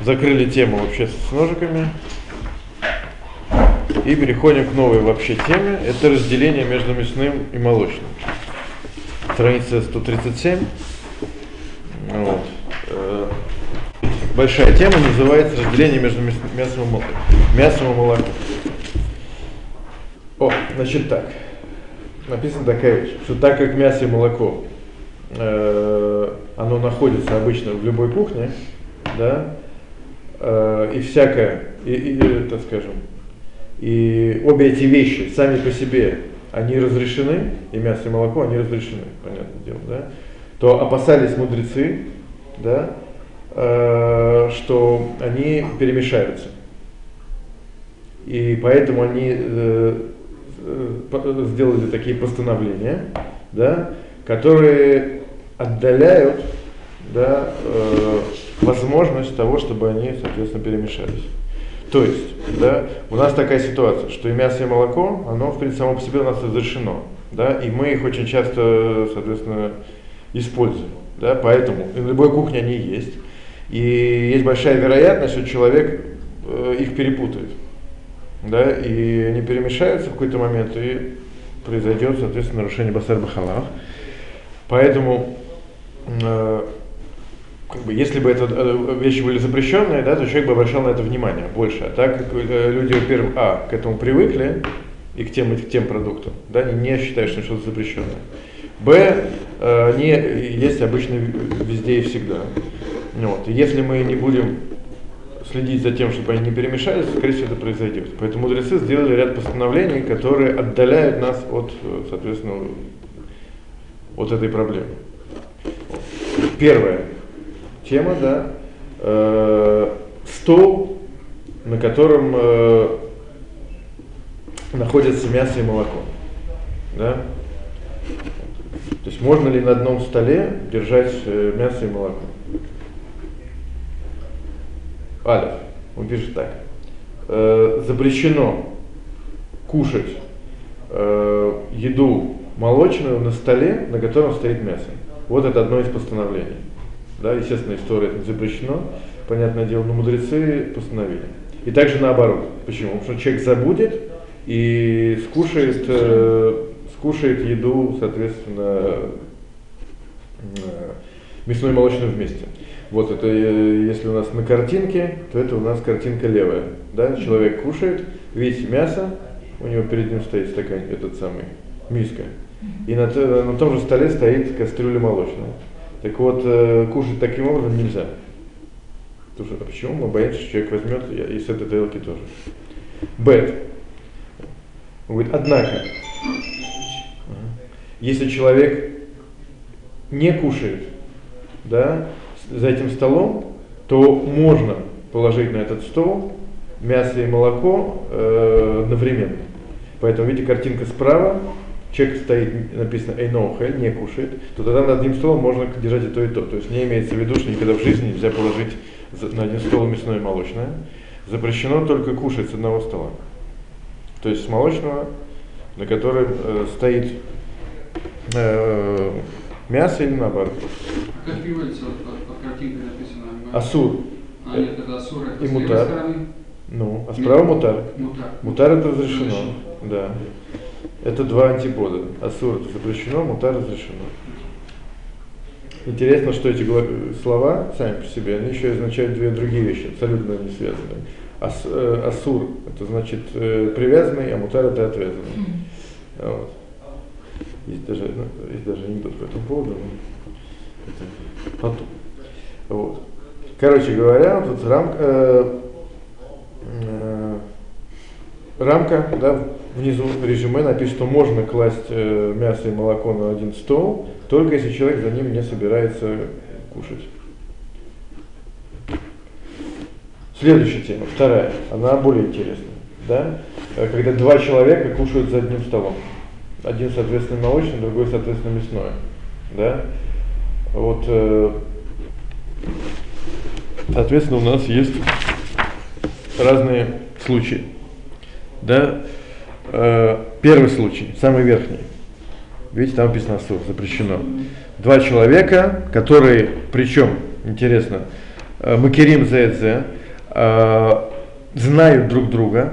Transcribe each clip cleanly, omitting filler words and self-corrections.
закрыли тему вообще с ножиками. И переходим к новой вообще теме. Это разделение между мясным и молочным. Страница 137. Вот. Большая тема называется разделение между мясом и молоком. Значит так. Написано такая вещь, что так как мясо и молоко оно находится обычно в любой кухне, да, и всякое, так скажем, и обе эти вещи сами по себе, они разрешены, и мясо, и молоко, они разрешены, понятное дело, да, то опасались мудрецы, да, что они перемешаются. И поэтому они сделали такие постановления, да, которые отдаляют, да, возможность того, чтобы они, соответственно, перемешались. То есть, да, у нас такая ситуация, что и мясо, и молоко, оно, в принципе, само по себе у нас разрешено, да, и мы их очень часто, соответственно, используем, да, поэтому в любой кухне они есть, и есть большая вероятность, что человек их перепутает, да, и они перемешаются в какой-то момент, и произойдет, соответственно, нарушение басар бахалах. Поэтому как бы, если бы это вещи были запрещенные, да, то человек бы обращал на это внимание больше. А так как люди, во-первых, к этому привыкли и к тем продуктам, да, не считают, что что-то запрещенное. Они есть обычно везде и всегда. Вот. И если мы не будем следить за тем, чтобы они не перемешались, скорее всего, это произойдет. Поэтому мудрецы сделали ряд постановлений, которые отдаляют нас от, соответственно, от этой проблемы. Первая тема, да, стол, на котором находятся мясо и молоко, да. То есть можно ли на одном столе держать мясо и молоко? Алеф, он пишет так: запрещено кушать еду молочную на столе, на котором стоит мясо. Вот это одно из постановлений. Да, естественно, история это запрещено, понятное дело, но мудрецы постановили. И также наоборот. Почему? Потому что человек забудет и скушает еду, соответственно, мясную и молочную вместе. Вот это, если у нас на картинке, то это у нас картинка левая. Да? Человек кушает, видите, мясо, у него перед ним стоит стакан, миска. И на том же столе стоит кастрюля молочная. Так вот, кушать таким образом нельзя. Потому что, почему? Мы боимся, что человек возьмет и с этой тарелки тоже. Бет. Он говорит, однако, если человек не кушает, да, за этим столом, то можно положить на этот стол мясо и молоко одновременно. Поэтому, видите, картинка справа, человек стоит, написано «эйноухель», не кушает, то тогда над одним столом можно держать и то, и то. То есть не имеется в виду, что никогда в жизни нельзя положить на один стол мясное и молочное. Запрещено только кушать с одного стола. То есть с молочного, на котором стоит мясо или наоборот. А как переводится под картинкой написано? Асур. Нет, это асур, это и с мутар. левой стороны? Ну, а справа мутар. Мутар это разрешено. Да. Это два антипода. Асур это запрещено, мутар разрешено. Интересно, что эти слова сами по себе, они еще означают две другие вещи, абсолютно не связанные. Асур это значит привязанный, а мутар это отвязанный. Вот. Есть даже анекдот по этому поводу, но это потом. Вот. Короче говоря, тут рамка, да, внизу резюме написано, что можно класть мясо и молоко на один стол, только если человек за ним не собирается кушать. Следующая тема, вторая, она более интересная, да? Когда два человека кушают за одним столом. Один, соответственно, молочный, другой, соответственно, мясное. Да? Вот, соответственно, у нас есть разные случаи. Да? Первый случай, самый верхний. Видите, там написано «асур», запрещено. Два человека, которые, причем, интересно, макерим зэдзе, знают друг друга,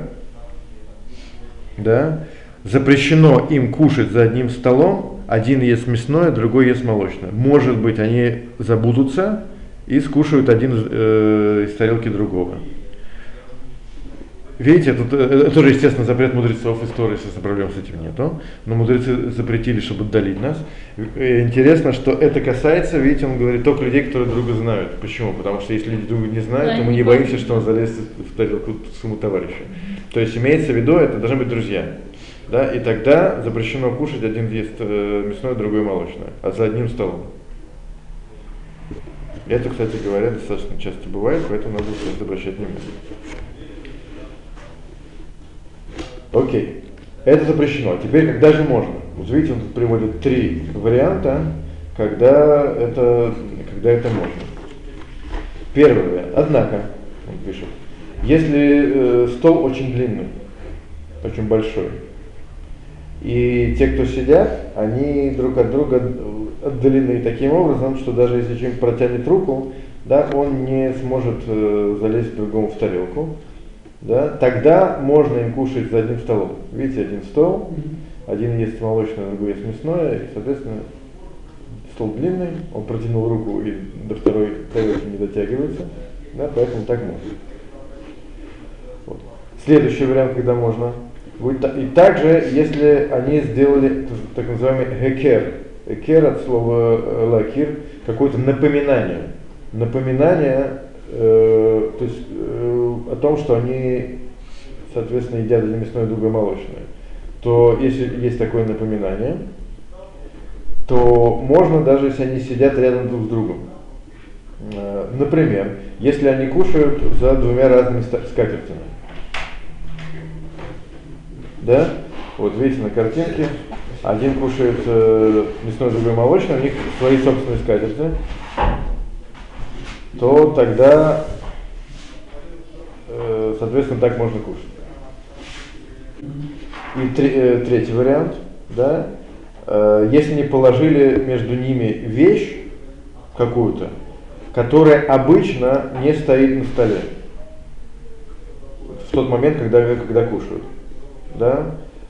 да, запрещено им кушать за одним столом, один ест мясное, другой ест молочное. Может быть, они забудутся и скушают один из тарелки другого. Видите, это тоже, естественно, запрет мудрецов истории, если проблем с этим нету, но мудрецы запретили, чтобы отдалить нас. Интересно, что это касается, видите, он говорит, только людей, которые друга знают. Почему? Потому что если люди друга не знают, то мы не боимся, что он залезет в тарелку своему товарищу. То есть имеется в виду, это должны быть друзья. Да? И тогда запрещено кушать, один ест мясное, другой молочное, а за одним столом. Это, кстати говоря, достаточно часто бывает, поэтому надо обращать внимание. Окей, это запрещено. Теперь, когда же можно? Вот видите, он тут приводит 3 варианта, когда это можно. Первый вариант. Однако, он пишет, если стол очень длинный, очень большой, и те, кто сидят, они друг от друга отдалены таким образом, что даже если человек протянет руку, да, он не сможет залезть другому в тарелку. Да, тогда можно им кушать за одним столом. Видите, один стол, один ест молочное, другой ест мясное, и, соответственно, стол длинный, он протянул руку и до второй тарелки не дотягивается, да, поэтому так можно. Вот. Следующий вариант, когда можно, будет и также, если они сделали так называемый экер. Экер от слова лакир, какое-то напоминание. Напоминание, то есть о том, что они, соответственно, едят один мясное, другое молочное, то если есть такое напоминание, то можно, даже если они сидят рядом друг с другом. Например, если они кушают за 2 разными скатертями. Да? Вот видите на картинке, один кушает мясное, другой молочное, у них свои собственные скатерти, то тогда, соответственно, так можно кушать. И третий вариант, да, если не положили между ними вещь какую-то, которая обычно не стоит на столе в тот момент, когда кушают, да.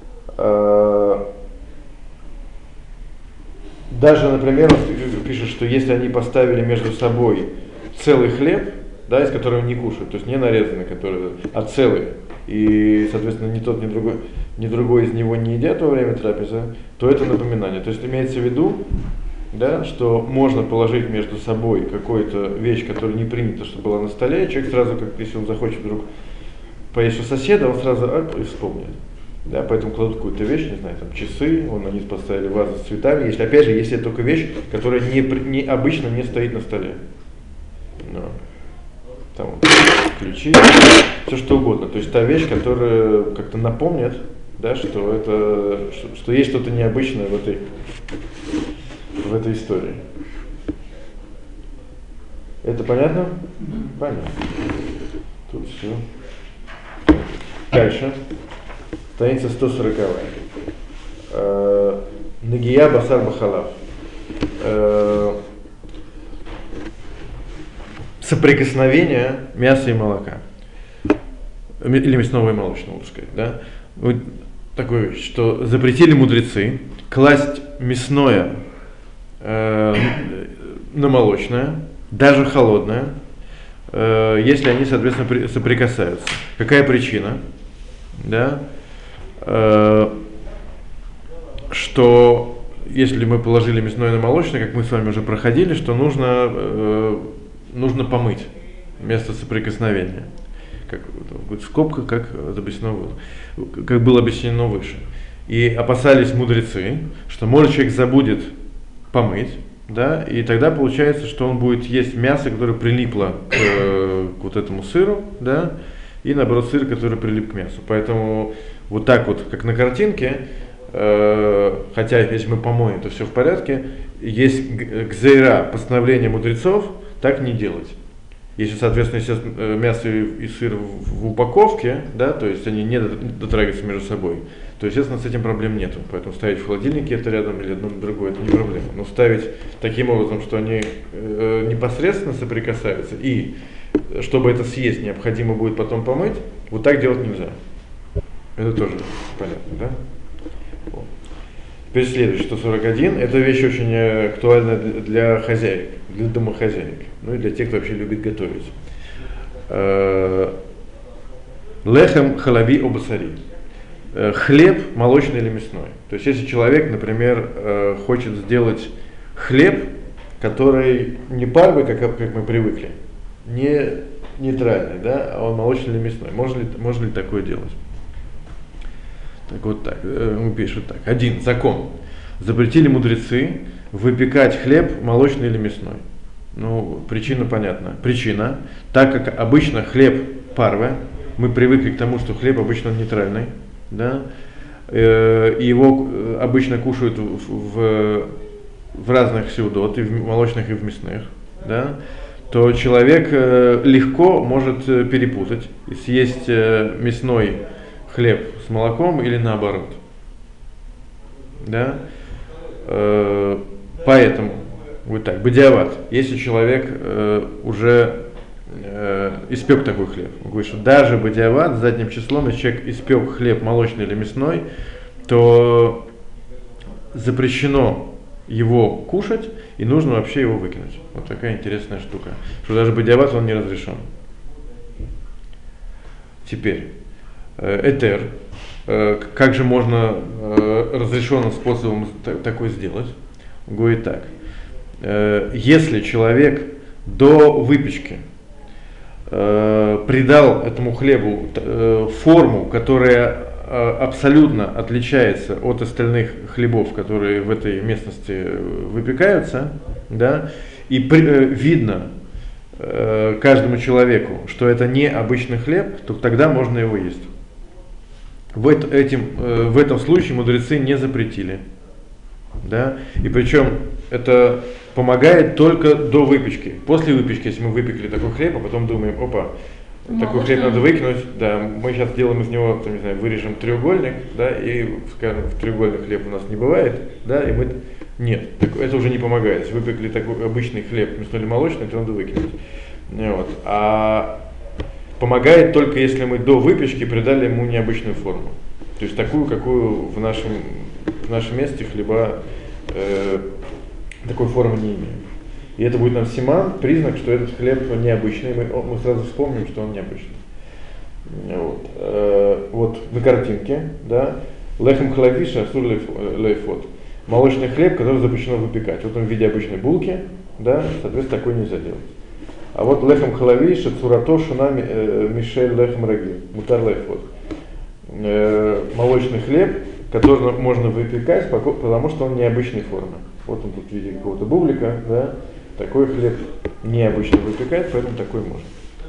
Даже, например, он пишет, что если они поставили между собой целый хлеб, да, из которого не кушают, то есть не нарезанный, а целый, и, соответственно, ни тот, ни другой из него не едят во время трапезы, то это напоминание. То есть имеется в виду, да, что можно положить между собой какую-то вещь, которая не принята, чтобы была на столе, и человек сразу, как если он захочет вдруг поесть у соседа, он сразу и вспомнит. Да, поэтому кладут какую-то вещь, не знаю, там часы, они поставили вазу с цветами, если, опять же, если это только вещь, которая обычно не стоит на столе. Но, там ключи, все что угодно. То есть та вещь, которая как-то напомнит, да, что есть что-то необычное в этой истории. Это понятно? Понятно. Тут все. Дальше. Страница 140. Нагия басар бахалав. Соприкосновение мяса и молока. Или мясного и молочного, можно сказать. Да? Вот такую вещь, что запретили мудрецы класть мясное на молочное, даже холодное, если они, соответственно, соприкасаются. Какая причина? Да? Что если мы положили мясное на молочное, как мы с вами уже проходили, что нужно помыть место соприкосновения. Как в скобках, как было объяснено выше. И опасались мудрецы, что может человек забудет помыть, да, и тогда получается, что он будет есть мясо, которое прилипло к вот этому сыру, да, и наоборот сыр, который прилип к мясу. Поэтому вот так вот, как на картинке, хотя если мы помоем, то все в порядке, есть гзейра, постановление мудрецов, так не делать. Если, соответственно, естественно, мясо и сыр в упаковке, да, то есть они не дотрагиваются между собой, то, естественно, с этим проблем нету. Поэтому ставить в холодильнике это рядом или одно другое, это не проблема. Но ставить таким образом, что они непосредственно соприкасаются, и чтобы это съесть, необходимо будет потом помыть, вот так делать нельзя. Это тоже понятно, да? Вот. Теперь следующий, 141, это вещь очень актуальна для хозяек, для домохозяек, ну и для тех, кто вообще любит готовить. Лехем халави обасари. Хлеб молочный или мясной. То есть если человек, например, хочет сделать хлеб, который не парвый, как мы привыкли, не нейтральный, да, а он молочный или мясной, можно ли такое делать? Так вот так, он пишет так. 1. Закон. Запретили мудрецы выпекать хлеб молочный или мясной. Ну, причина понятна. Причина, так как обычно хлеб парве, мы привыкли к тому, что хлеб обычно нейтральный, да, и его обычно кушают в разных сеудот, и в молочных, и в мясных, да, то человек легко может перепутать и съесть мясной хлеб с молоком или наоборот. Да? Поэтому, вот так, бадиават, если человек уже испек такой хлеб, он говорит, что даже бадиават задним числом, если человек испек хлеб молочный или мясной, то запрещено его кушать и нужно вообще его выкинуть. Вот такая интересная штука, что даже бадиават он не разрешен. Теперь этер. Как же можно разрешенным способом такое сделать? Он говорит так. Если человек до выпечки придал этому хлебу форму, которая абсолютно отличается от остальных хлебов, которые в этой местности выпекаются, да, и видно каждому человеку, что это не обычный хлеб, то тогда можно его есть. В этом случае мудрецы не запретили. Да? И причем это помогает только до выпечки. После выпечки, если мы выпекли такой хлеб, а потом думаем, опа, такой хлеб надо выкинуть, да, мы сейчас сделаем из него, там, не знаю, вырежем треугольник, да, и, скажем, треугольный хлеб у нас не бывает, да, и мы... Нет, это уже не помогает. Если выпекли такой обычный хлеб, мясной или молочный, то надо выкинуть. Вот. А помогает только если мы до выпечки придали ему необычную форму. То есть такую, какую в нашем месте хлеба такой формы не имеют. И это будет нам симан, признак, что этот хлеб необычный. Мы сразу вспомним, что он необычный. Вот на картинке, да, лехем хлавиша асур лейфот. Молочный хлеб, который запрещено выпекать. Вот он в виде обычной булки, да, соответственно, такой нельзя делать. А вот лехем халави, шацурато, шуна, мишель лехем раги, мутар лейфот. Молочный хлеб, который можно выпекать, потому что он необычной формы. Вот он тут в виде какого-то бублика, да, такой хлеб необычно выпекать, поэтому такой можно.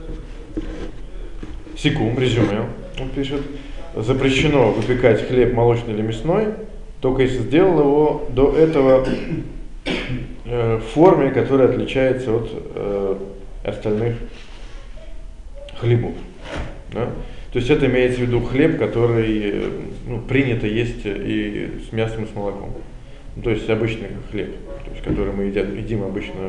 Секунд, резюме, он пишет, запрещено выпекать хлеб молочный или мясной, только если сделал его до этого в форме, которая отличается от остальных хлебов. Да? То есть это имеется в виду хлеб, который принято есть и с мясом, и с молоком. То есть обычный хлеб, то есть, который мы едим обычно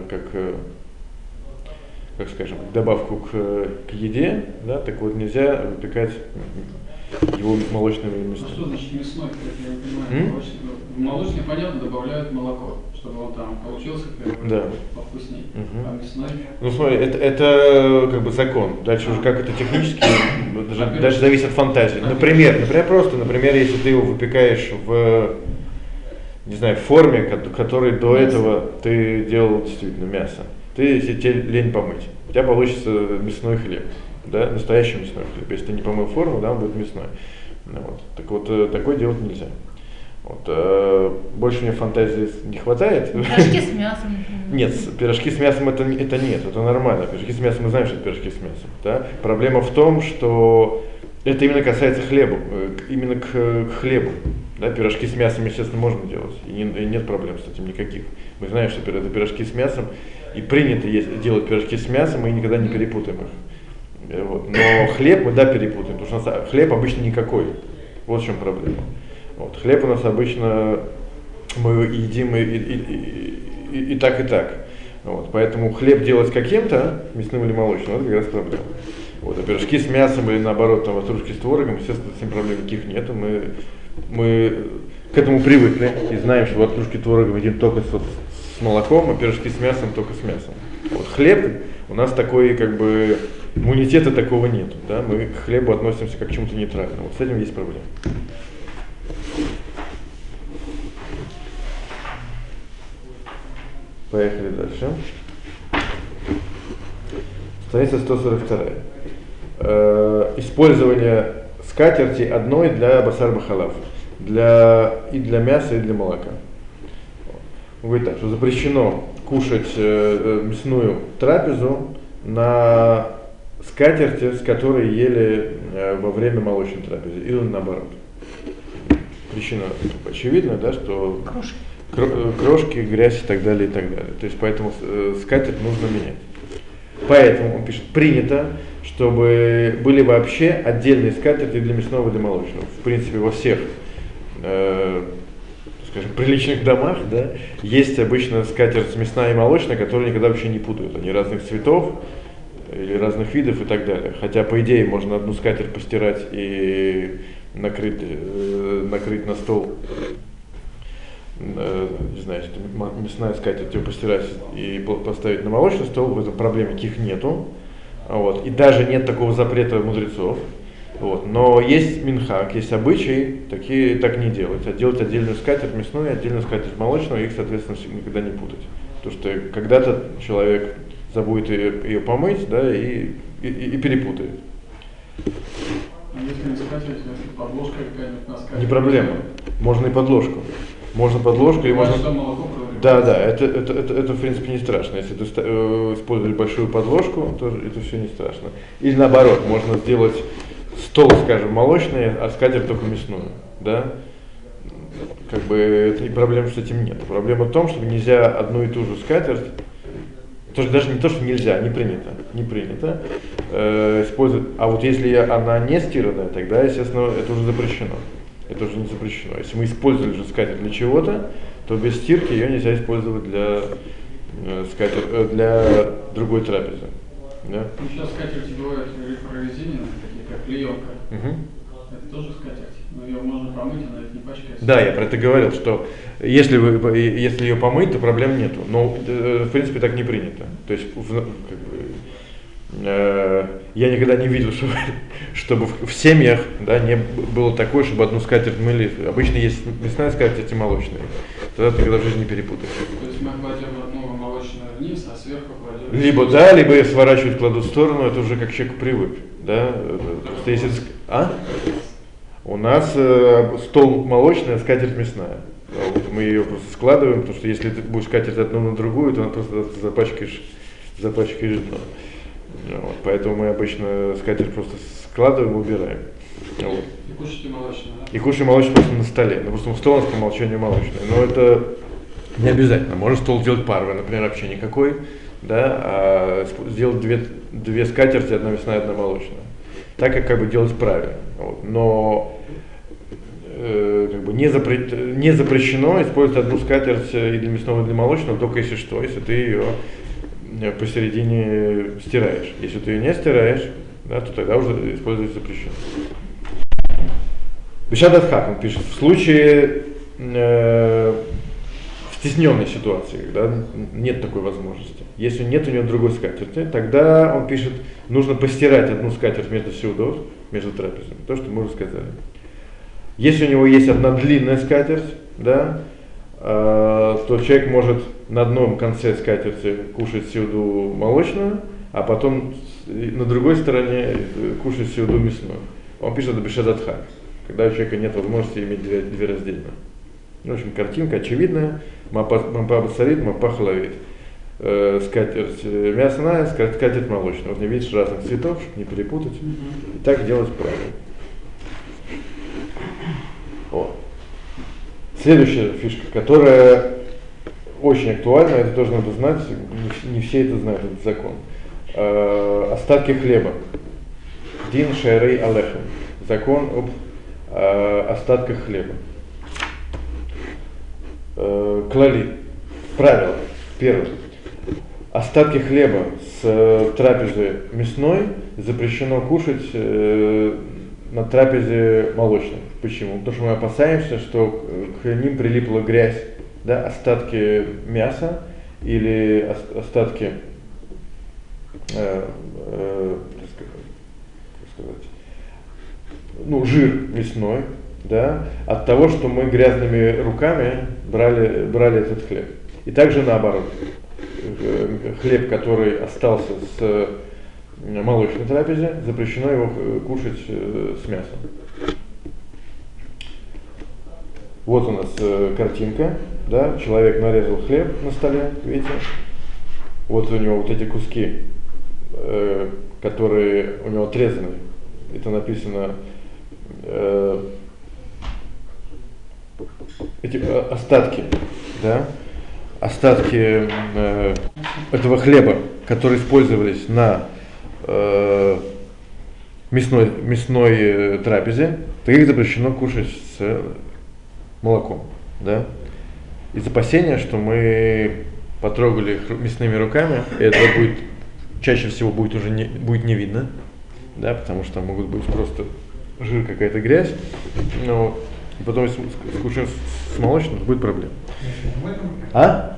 как скажем, добавку к еде, да, так вот нельзя выпекать его молочным или мясным. А что значит мясной хлеб? Я не понимаю. В молочный, понятно, добавляют молоко, чтобы он там получился да. повкуснее. А мясной? Ну смотри, это как бы закон. Дальше уже как это технически, даже зависит от фантазии. Например, если ты его выпекаешь в, не знаю, в форме, которой до этого ты делал действительно мясо. Если тебе лень помыть, у тебя получится мясной хлеб, да, настоящий мясной хлеб. Если ты не помыл форму, да, он будет мясной. Вот. Так вот, такое делать нельзя. Вот. Больше мне фантазии не хватает. Пирожки с мясом. Нет, пирожки с мясом это нет, это нормально. Пирожки с мясом, мы знаем, что это пирожки с мясом. Да? Проблема в том, что это именно касается хлеба, именно к хлебу. Да, пирожки с мясом, естественно, можно делать, и нет проблем с этим никаких. Мы знаем, что это пирожки с мясом, и принято делать пирожки с мясом, мы никогда не перепутаем их. Вот. Но хлеб мы, да, перепутаем, потому что у нас хлеб обычно никакой. Вот в чем проблема. Вот. Хлеб у нас обычно мы едим и так, и так. Вот. Поэтому хлеб делать каким-то, мясным или молочным, это как раз проблема. Вот. А пирожки с мясом или наоборот, там, ватрушки с творогом, естественно, с этим проблем никаких нету. Мы к этому привыкли и знаем, что ватрушки с творогом едим только с молоком, а пирожки с мясом только с мясом. Вот. Хлеб у нас такой, как бы, иммунитета такого нет, да? Мы к хлебу относимся как к чему-то нейтральному. Вот с этим есть проблема. Поехали дальше. Страница 142. Использование скатерти одной для басар бахалав. И для мяса, и для молока. Он говорит так, что запрещено кушать мясную трапезу на скатерти, с которой ели во время молочной трапезы, или наоборот. Причина очевидна, да, что крошки, грязь и так далее, и так далее. То есть поэтому скатерть нужно менять. Поэтому он пишет, принято, чтобы были вообще отдельные скатерти для мясного и для молочного. В принципе, во всех, скажем, приличных домах, да, есть обычно скатерть мясная и молочная, которые никогда вообще не путают. Они разных цветов или разных видов и так далее. Хотя, по идее, можно одну скатерть постирать и накрыть на стол, не знаю, мясная скатерть ее постирать и поставить на молочный стол, в этом проблем никаких нету. Вот. И даже нет такого запрета мудрецов. Вот. Но есть минхаг, есть обычаи, так не делать. А делать отдельную скатерть мясную и отдельную скатерть молочную, их, соответственно, никогда не путать. Потому что когда-то человек забудет ее помыть, да, и перепутает. А если не скатерть, если подложка какая-нибудь на скатерти? Не проблема. Можно и подложку. Можно подложку, или можно... Да, это в принципе не страшно. Если ты использовали большую подложку, то это все не страшно. Или наоборот, можно сделать стол, скажем, молочный, а скатерть только мясную. Да? Как бы проблем с этим нет. Проблема в том, что нельзя одну и ту же скатерть, даже не то, что нельзя, не принято использовать. А вот если она не стиранная, тогда, естественно, это уже запрещено. Это уже не запрещено. Если мы использовали же скатерть для чего-то, то без стирки ее нельзя использовать для другой трапезы. Да? Ну, сейчас скатерти бывают прорезиненные, такие как клеенка. Угу. Это тоже скатерть. Но ее можно помыть, она ведь не пачкается. Да, я про это говорил, что если ее помыть, то проблем нету. Но в принципе так не принято. То есть я никогда не видел, чтобы в семьях, да, не было такое, чтобы одну скатерть мыли. Обычно есть мясная скатерть и молочная. Тогда ты никогда в жизни не перепутаешь. То есть мы кладем одну молочную вниз, а сверху кладем... Либо да, либо сворачивают, кладут в сторону, это уже как человек привык. Да? Просто если... У нас стол молочный, а скатерть мясная. Вот мы ее просто складываем, потому что если ты будешь скатерть одну на другую, то просто запачкаешь дно. Вот, поэтому мы обычно скатерть просто складываем и убираем. Вот. И кушаете молочное, да? И кушаем молочное просто на столе. Ну, просто стол у нас по умолчанию молочный. Но это не обязательно. Можно стол сделать паровый, например, вообще никакой, да, а сделать две скатерти, одна мясная, одна молочная. Так как бы делать правильно. Вот. Но как бы не запрещено использовать одну скатерть и для мясного, и для молочного, только если что, если ты ее посередине стираешь. Если ты ее не стираешь, да, то тогда уже использовать запрещено. Бешадатхак, он пишет, в случае стесненной ситуации, когда нет такой возможности, если нет у него другой скатерти, тогда он пишет, нужно постирать одну скатерть между сеудот, между трапезами, то, что мы уже сказали. Если у него есть одна длинная скатерть, да, то человек может на одном конце скатерти кушать сеуду молочную, а потом на другой стороне кушать сеуду мясную. Он пишет бешадатхак, когда у человека нет возможности иметь две раздельно. В общем, картинка очевидная. Мапа басарит, мапа халавит. Скатерть мясная, скатерть молочная. Вот не видишь разных цветов, чтобы не перепутать. И так делать правильно. Следующая фишка, которая очень актуально, это тоже надо знать, не все это знают, этот закон. Остатки хлеба. Дин шайрей алехем. Закон об остатках хлеба. Клали. Правило. Первое. Остатки хлеба с трапезы мясной запрещено кушать на трапезе молочной. Почему? Потому что мы опасаемся, что к ним прилипла грязь, да, остатки мяса или остатки жир мясной, да, от того, что мы грязными руками брали этот хлеб. И также наоборот. Хлеб, который остался с молочной трапезе, запрещено его кушать с мясом. Вот у нас картинка, да, человек нарезал хлеб на столе, видите? Вот у него вот эти куски, которые у него отрезаны. Это написано, эти остатки, да, остатки этого хлеба, которые использовались на мясной трапезе, то их запрещено кушать с молоком, да? Из опасения, что мы потрогали их мясными руками, и это будет чаще всего будет не видно, да, потому что там могут быть просто жир, какая-то грязь, но и потом если скушаем с молочным, то будет проблема. А?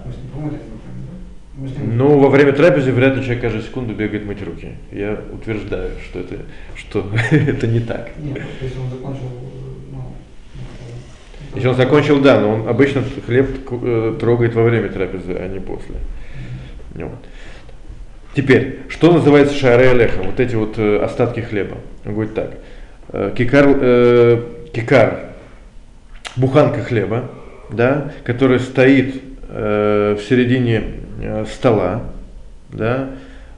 Ну, во время трапезы вряд ли человек каждую секунду бегает мыть руки. Я утверждаю, что это не так. Нет, если он закончил, если он закончил, да, но он обычно хлеб трогает во время трапезы, а не после. Вот. Теперь, что называется шаарей алехем? Вот эти вот остатки хлеба. Он говорит так. Кикар, буханка хлеба, да, которая стоит в середине стола, да,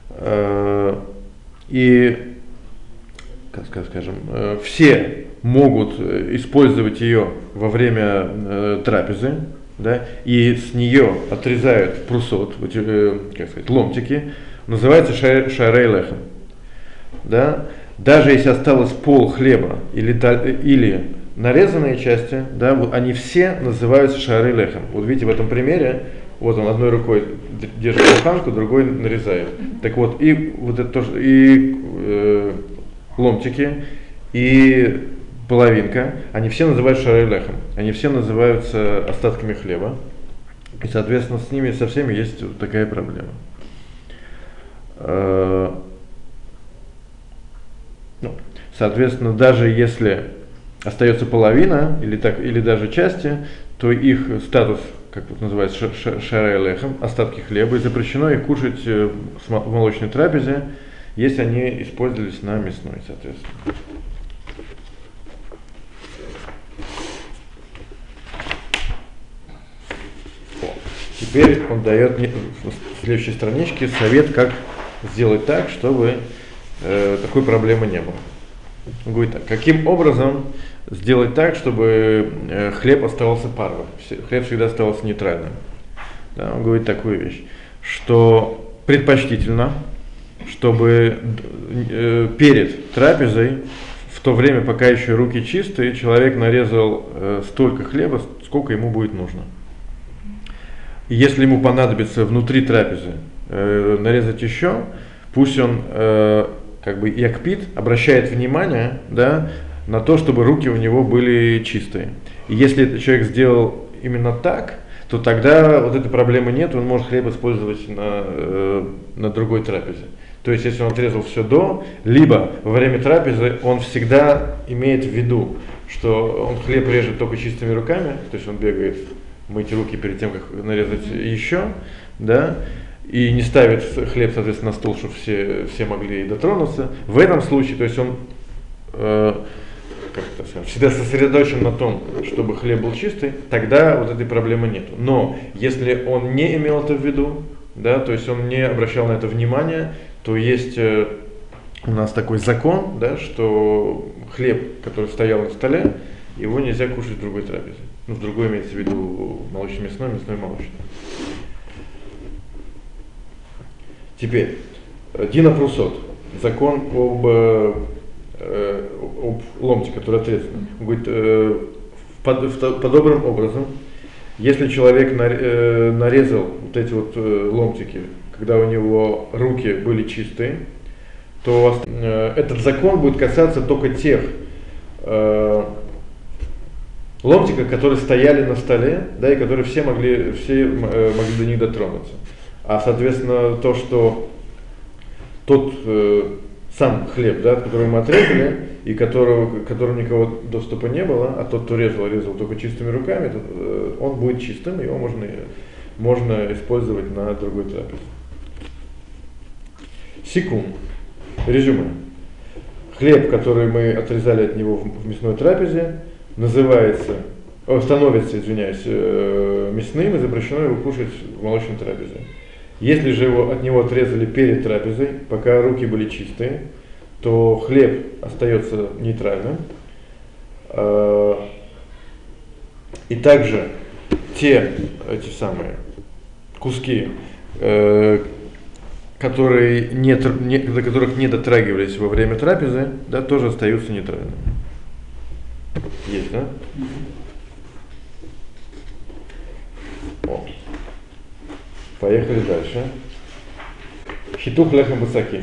и, как скажем, все могут использовать ее во время трапезы, да, и с нее отрезают прусот, как сказать, ломтики, называется шаарей алехем, да. Даже если осталось пол хлеба или нарезанные части, да, вот они все называются шаарей алехем. Вот видите, в этом примере, вот он одной рукой держит буханку, другой нарезает. Так вот, и вот это тоже, и ломтики, и половинка, они все называются шаарей алехем. Они все называются остатками хлеба. И, соответственно, с ними со всеми есть вот такая проблема. Соответственно, даже если остается половина или даже части, то их статус, как вот называется, шаарей алехем, остатки хлеба, и запрещено их кушать в молочной трапезе, если они использовались на мясной, соответственно. Теперь он дает в следующей страничке совет, как сделать так, чтобы такой проблемы не было. Он говорит так: каким образом сделать так, чтобы хлеб оставался парным, хлеб всегда оставался нейтральным. Да, он говорит такую вещь, что предпочтительно, чтобы перед трапезой, в то время, пока еще руки чистые, человек нарезал столько хлеба, сколько ему будет нужно. И если ему понадобится внутри трапезы нарезать еще, пусть он как бы якпит, обращает внимание, да, на то, чтобы руки у него были чистые. И если этот человек сделал именно так, то тогда вот этой проблемы нет, он может хлеб использовать на другой трапезе. То есть, если он отрезал все до, либо во время трапезы он всегда имеет в виду, что он хлеб режет только чистыми руками, то есть он бегает мыть руки перед тем, как нарезать еще, да, и не ставит хлеб, соответственно, на стол, чтобы все могли дотронуться. В этом случае, то есть он всегда сосредоточен на том, чтобы хлеб был чистый, тогда вот этой проблемы нет. Но если он не имел это в виду, да, то есть он не обращал на это внимания, то есть у нас такой закон, да, что хлеб, который стоял на столе, его нельзя кушать в другой трапезе. Ну, в другой имеется в виду молочно-мясной, мясной-молочный. Теперь, Дина Прусот, закон об ломте, который отрезан. Он говорит, подобным образом, если человек нарезал вот эти вот ломтики, когда у него руки были чистые, то этот закон будет касаться только тех ломтиков, которые стояли на столе, да, и которые все могли до них дотронуться. А соответственно то, что тот сам хлеб, да, который мы отрезали, и которому никого доступа не было, а тот, кто резал только чистыми руками, он будет чистым, его можно использовать на другой трапезе. Секунд. Резюме. Хлеб, который мы отрезали от него в мясной трапезе, становится мясным, и запрещено его кушать в молочной трапезе. Если же от него отрезали перед трапезой, пока руки были чистые, то хлеб остается нейтральным. И также эти самые куски, до которых не дотрагивались во время трапезы, да, тоже остаются нейтральными. Есть, да? О. Поехали дальше. Хитух лехем бацаким.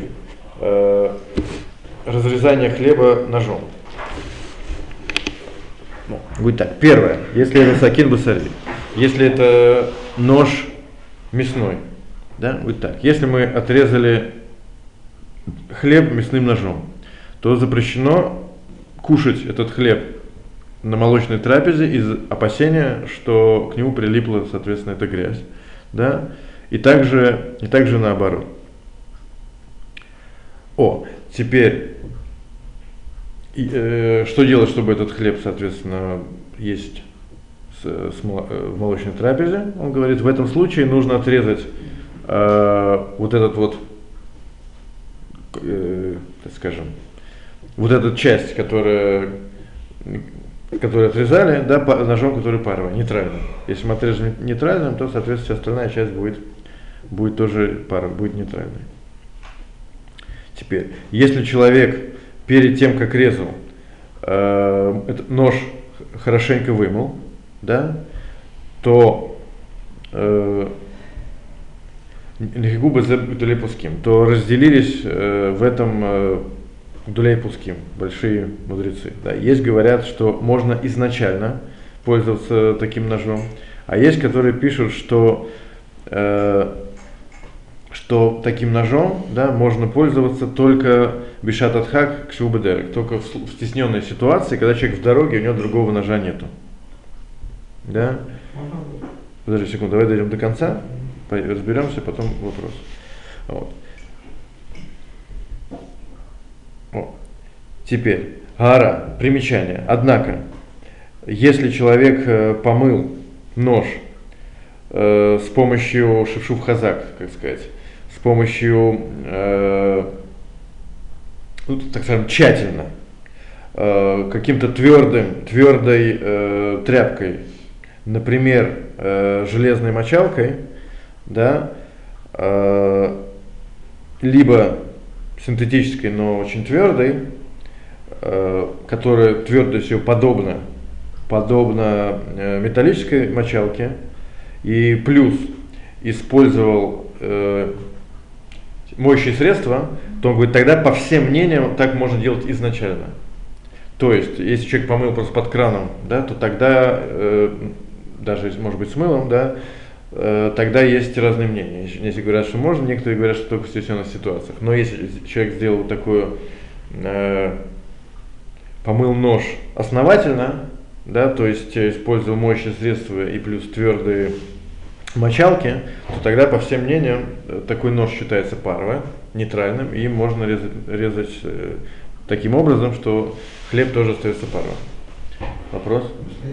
Разрезание хлеба ножом. Будет так. Первое. Если это сакин басари. Если это нож мясной. Да? Будет так. Если мы отрезали хлеб мясным ножом, то запрещено кушать этот хлеб на молочной трапезе из опасения, что к нему прилипла, соответственно, эта грязь. Да? И также наоборот. Теперь, что делать, чтобы этот хлеб, соответственно, есть в молочной трапезе? Он говорит, в этом случае нужно отрезать вот этот вот, так скажем, вот эту часть, которую отрезали, да, ножом, который паровый, нейтральным. Если мы отрежем нейтральным, то, соответственно, остальная часть будет тоже паровой, будет нейтральной. Теперь, если человек перед тем, как резал, этот нож хорошенько вымыл, да, то то разделились в этом Дулей Пуским, большие мудрецы. Да. Есть говорят, что можно изначально пользоваться таким ножом, а есть, которые пишут, что таким ножом, да, можно пользоваться только бишат адхак кшубедерек, только в стесненной ситуации, когда человек в дороге, у него другого ножа нету. Да? Подожди секунду, давай дойдем до конца, разберемся, потом вопрос. Теперь, гара, примечание. Однако, если человек помыл нож с помощью шившув хазак, как сказать, с помощью, так скажем, тщательно, каким-то твердой тряпкой, например, железной мочалкой, да, либо синтетической, но очень твердой, которая твердостью подобна металлической мочалке, и плюс использовал моющие средства, то он говорит, тогда по всем мнениям так можно делать изначально. То есть, если человек помыл просто под краном, да, то тогда, даже может быть с мылом, да, тогда есть разные мнения. Если говорят, что можно, некоторые говорят, что только в стесненных ситуациях. Но если человек сделал такую, помыл нож основательно, да, то есть использовал моющие средства и плюс твердые мочалки, то тогда, по всем мнениям, такой нож считается паровым, нейтральным, и можно резать таким образом, что хлеб тоже остается паровым. Вопрос?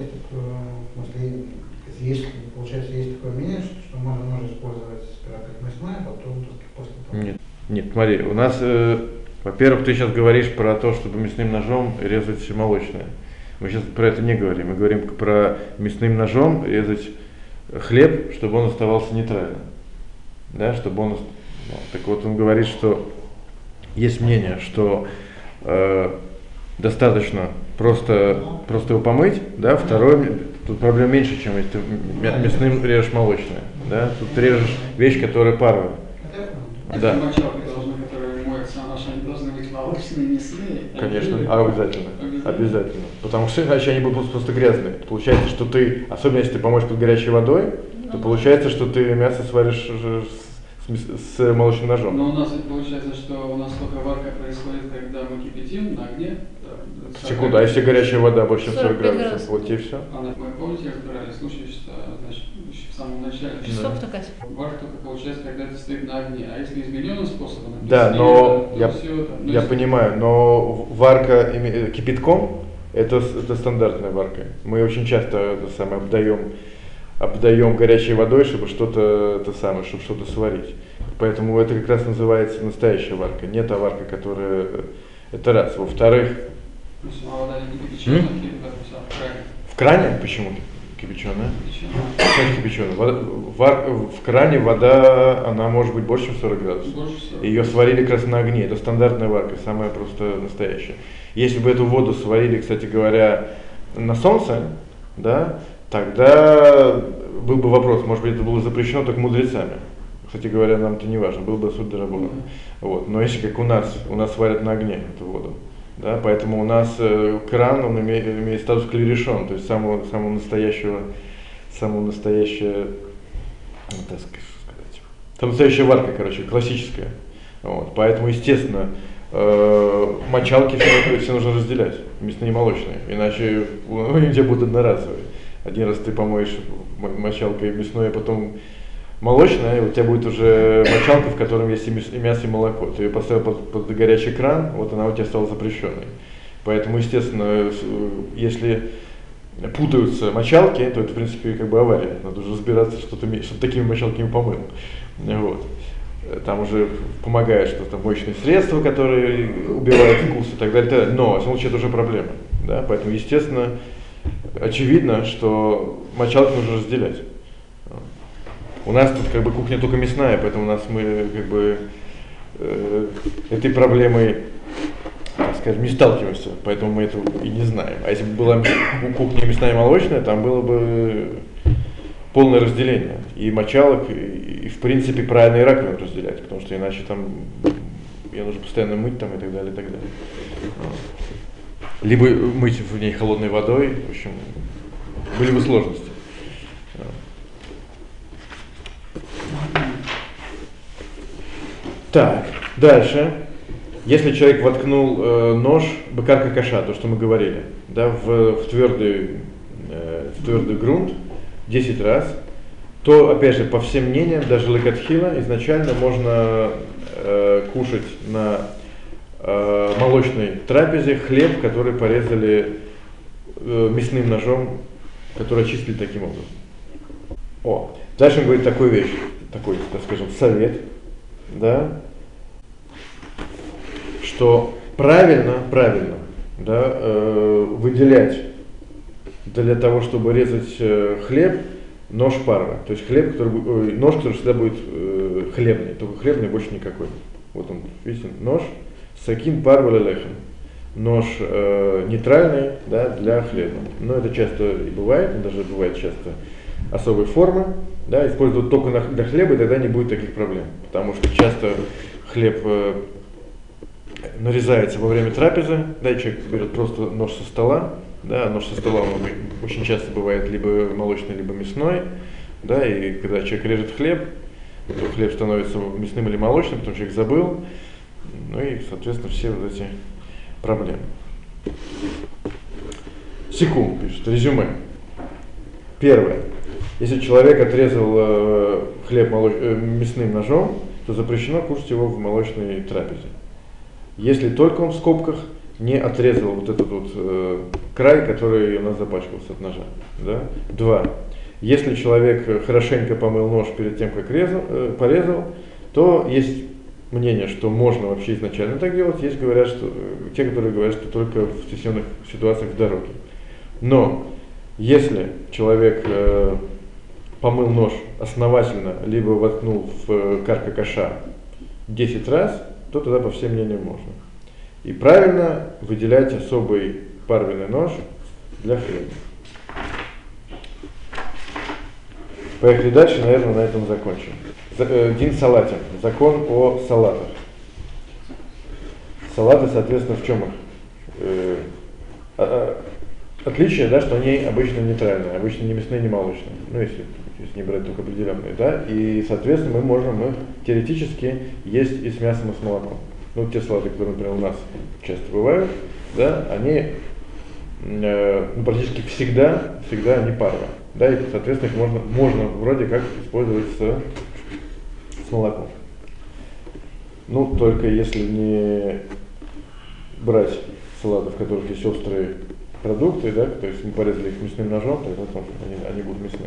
Получается, есть такое мнение, что можно нож использовать как мясное, а потом после того. Нет, смотри, у нас, во-первых, ты сейчас говоришь про то, чтобы мясным ножом резать молочное. Мы сейчас про это не говорим, мы говорим про мясным ножом резать хлеб, чтобы он оставался нейтральным, да, чтобы он Вот. Так вот он говорит, что есть мнение, что достаточно просто его помыть, да, второе, тут проблем меньше, чем если ты мясным режешь молочное, да, тут ты режешь вещь, которая паровая. Да. Мочалки должны, которые моются, они должны быть молочные, мясные. Конечно, обязательно. Обязательно. Потому что иначе они будут просто грязные. Получается, что ты, особенно если ты помоешь под горячей водой, то получается, что ты мясо сваришь с молочным ножом. Но у нас получается, что у нас только варка происходит, когда мы кипятим на огне. Секунду, а если горячая вода больше, чем 40 градусов, вот и все. Мы, помните, разбирали случай, что значит, в самом начале. Варка только получается, когда это стоит на огне. А если измененным способом, да, но я понимаю, но варка кипятком это стандартная варка. Мы очень часто обдаем горячей водой, чтобы чтобы что-то сварить. Поэтому это как раз называется настоящая варка, не та варка, которая... Это раз. Во-вторых... В кране? Почему кипяченая? Кипяченая. В кране вода, она может быть больше, чем 40 градусов. Ее сварили как раз на огне. Это стандартная варка, самая просто настоящая. Если бы эту воду сварили, кстати говоря, на солнце, да, тогда был бы вопрос, может быть, это было запрещено только мудрецами. Кстати говоря, нам это не важно, был бы суд дарабона. Вот. Но если как у нас варят на огне эту воду, да, поэтому у нас кран, он имеет статус клерешон, то есть самого настоящего, так сказать, там настоящая варка, короче, классическая. Вот. Поэтому, естественно, мочалки все нужно разделять, мясные и молочные, иначе где будут одноразовые. Один раз ты помоешь мочалкой мясное, а потом молочное, у тебя будет уже мочалка, в котором есть и мясо, и молоко. Ты ее поставил под горячий кран, вот она у тебя стала запрещенной. Поэтому, естественно, если путаются мочалки, то это, в принципе, как бы авария. Надо уже разбираться, что ты такими мочалками помыл. Вот. Там уже помогает что-то моечные средства, которые убивают вкус и так далее. Но, в этом случае, это уже проблема. Да? Поэтому, естественно, очевидно, что мочалки нужно разделять. У нас тут как бы кухня только мясная, поэтому мы как бы этой проблемой, так скажем, не сталкиваемся, поэтому мы это и не знаем. А если бы была кухня мясная и молочная, там было бы полное разделение и мочалок, и в принципе правильно и раковину разделять, потому что иначе там ее нужно постоянно мыть там и так далее, и так далее. Либо мыть в ней холодной водой, в общем, были бы сложности. Так, дальше. Если человек воткнул нож быкарка каша, то, что мы говорили, да, в твердый грунт 10 раз, то, опять же, по всем мнениям, даже лекатхила, изначально можно кушать на молочной трапезе хлеб, который порезали мясным ножом, который очистили таким образом. Дальше он говорит такую вещь, такой, так скажем, совет, да, что правильно, да, выделять для того, чтобы резать хлеб, нож парва, то есть нож, который всегда будет хлебный, только хлебный, больше никакой. Вот он, видите, нож сакин парва лелехем, нож нейтральный, да, для хлеба. Но это часто и бывает, даже бывает часто особой формы, да, использовать только для хлеба, и тогда не будет таких проблем, потому что часто хлеб нарезается во время трапезы, да, и человек берет просто нож со стола, да, нож со стола он очень часто бывает либо молочный, либо мясной, да, и когда человек режет хлеб, то хлеб становится мясным или молочным, потому что человек забыл, ну и, соответственно, все вот эти проблемы. Секунд пишет, резюме. Первое. Если человек отрезал хлеб мясным ножом, то запрещено кушать его в молочной трапезе. Если только он в скобках не отрезал вот этот край, который у нас запачкался от ножа. Да? 2. Если человек хорошенько помыл нож перед тем, как порезал, то есть мнение, что можно вообще изначально так делать, есть те, которые говорят, что только в стесненных ситуациях в дороге. Но если человек помыл нож основательно, либо воткнул в карка каша 10 раз, то тогда по всем мнениям можно. И правильно выделять особый парвенный нож для хлеба. Поехали дальше, наверное, на этом закончим. Дин салатин. Закон о салатах. Салаты, соответственно, в чем их? Отличие, да, что они обычно нейтральные, обычно не мясные, не молочные. Ну, если не брать только определенные, да. И, соответственно, мы можем их теоретически есть и с мясом, и с молоком. Ну, те салаты, которые, например, у нас часто бывают, да, они практически всегда они паровые. Да, и, соответственно, их можно вроде как использовать с молоком. Ну, только если не брать салаты, в которых есть острые продукты, да, то есть мы порезали их мясным ножом, тогда они будут мясные.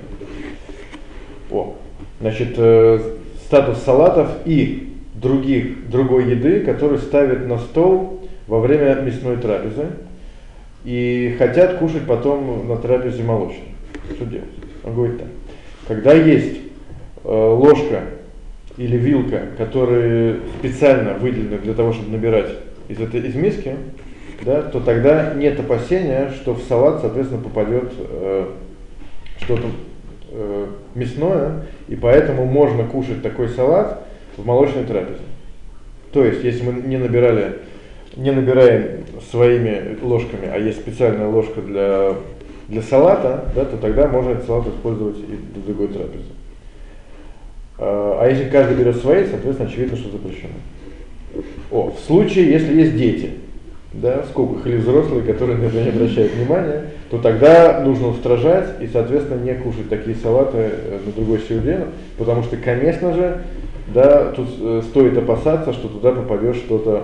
Значит, статус салатов и другой еды, которую ставят на стол во время мясной трапезы и хотят кушать потом на трапезе молочной. Что делать? Он говорит так. Когда есть ложка или вилка, которые специально выделены для того, чтобы набирать из миски, да, то тогда нет опасения, что в салат, соответственно, попадет что-то мясное, и поэтому можно кушать такой салат в молочной трапезе. То есть, если мы не набираем своими ложками, а есть специальная ложка для салата, да, то тогда можно этот салат использовать и для другой трапезы. А если каждый берет свои, соответственно, очевидно, что запрещено. В случае, если есть дети, да, в скобках, или взрослые, которые на это не обращают внимания, то тогда нужно устражать и, соответственно, не кушать такие салаты на другой среде, потому что, конечно же, да, тут стоит опасаться, что туда попадет что-то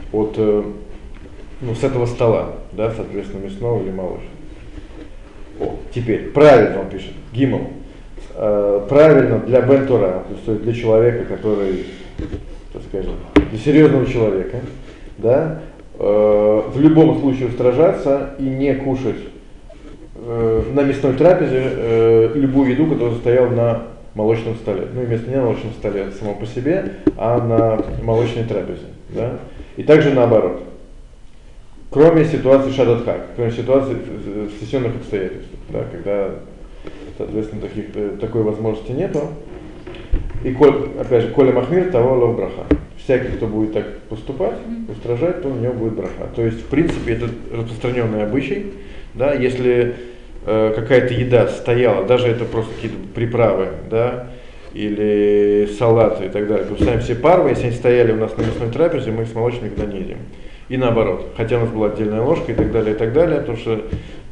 с этого стола, да, соответственно, мясного или молочного. Теперь, правильно он пишет, гимл, правильно для бен-тора, то есть для человека, который, так скажем, для серьезного человека, да, в любом случае устражаться и не кушать на мясной трапезе любую еду, которая стояла на молочном столе. Ну, имеется не на молочном столе само по себе, а на молочной трапезе. Да? И также наоборот. Кроме ситуации шадатхак, кроме ситуации сессионных обстоятельств, да, когда, соответственно, такой возможности нету. И, опять же, коля махмир, того лов браха. Всякий, кто будет так поступать, устражать, то у него будет браха. То есть, в принципе, это распространенный обычай. Да, если какая-то еда стояла, даже это просто какие-то приправы, да, или салаты и так далее, то сами все парвы, если они стояли у нас на мясной трапезе, мы их с молочным никогда не едим. И наоборот, хотя у нас была отдельная ложка и так далее, потому что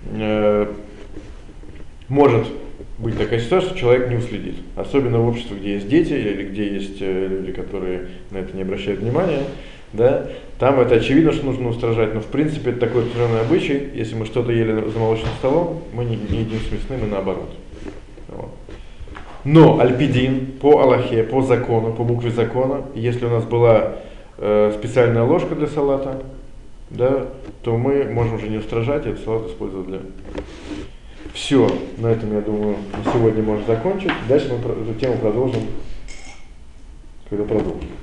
может быть такая ситуация, что человек не уследит. Особенно в обществе, где есть дети или где есть люди, которые на это не обращают внимания, да, там это очевидно, что нужно устражать, но в принципе это такой определенный обычай. Если мы что-то ели за молочным столом, мы не едим с мясным и наоборот. Вот. Но альпидин по алахе, по закону, по букве закона, если у нас была специальная ложка для салата, да, то мы можем уже не устражать и этот салат использовать для... Все, на этом, я думаю, на сегодня можно закончить. Дальше мы эту тему продолжим, когда продолжим.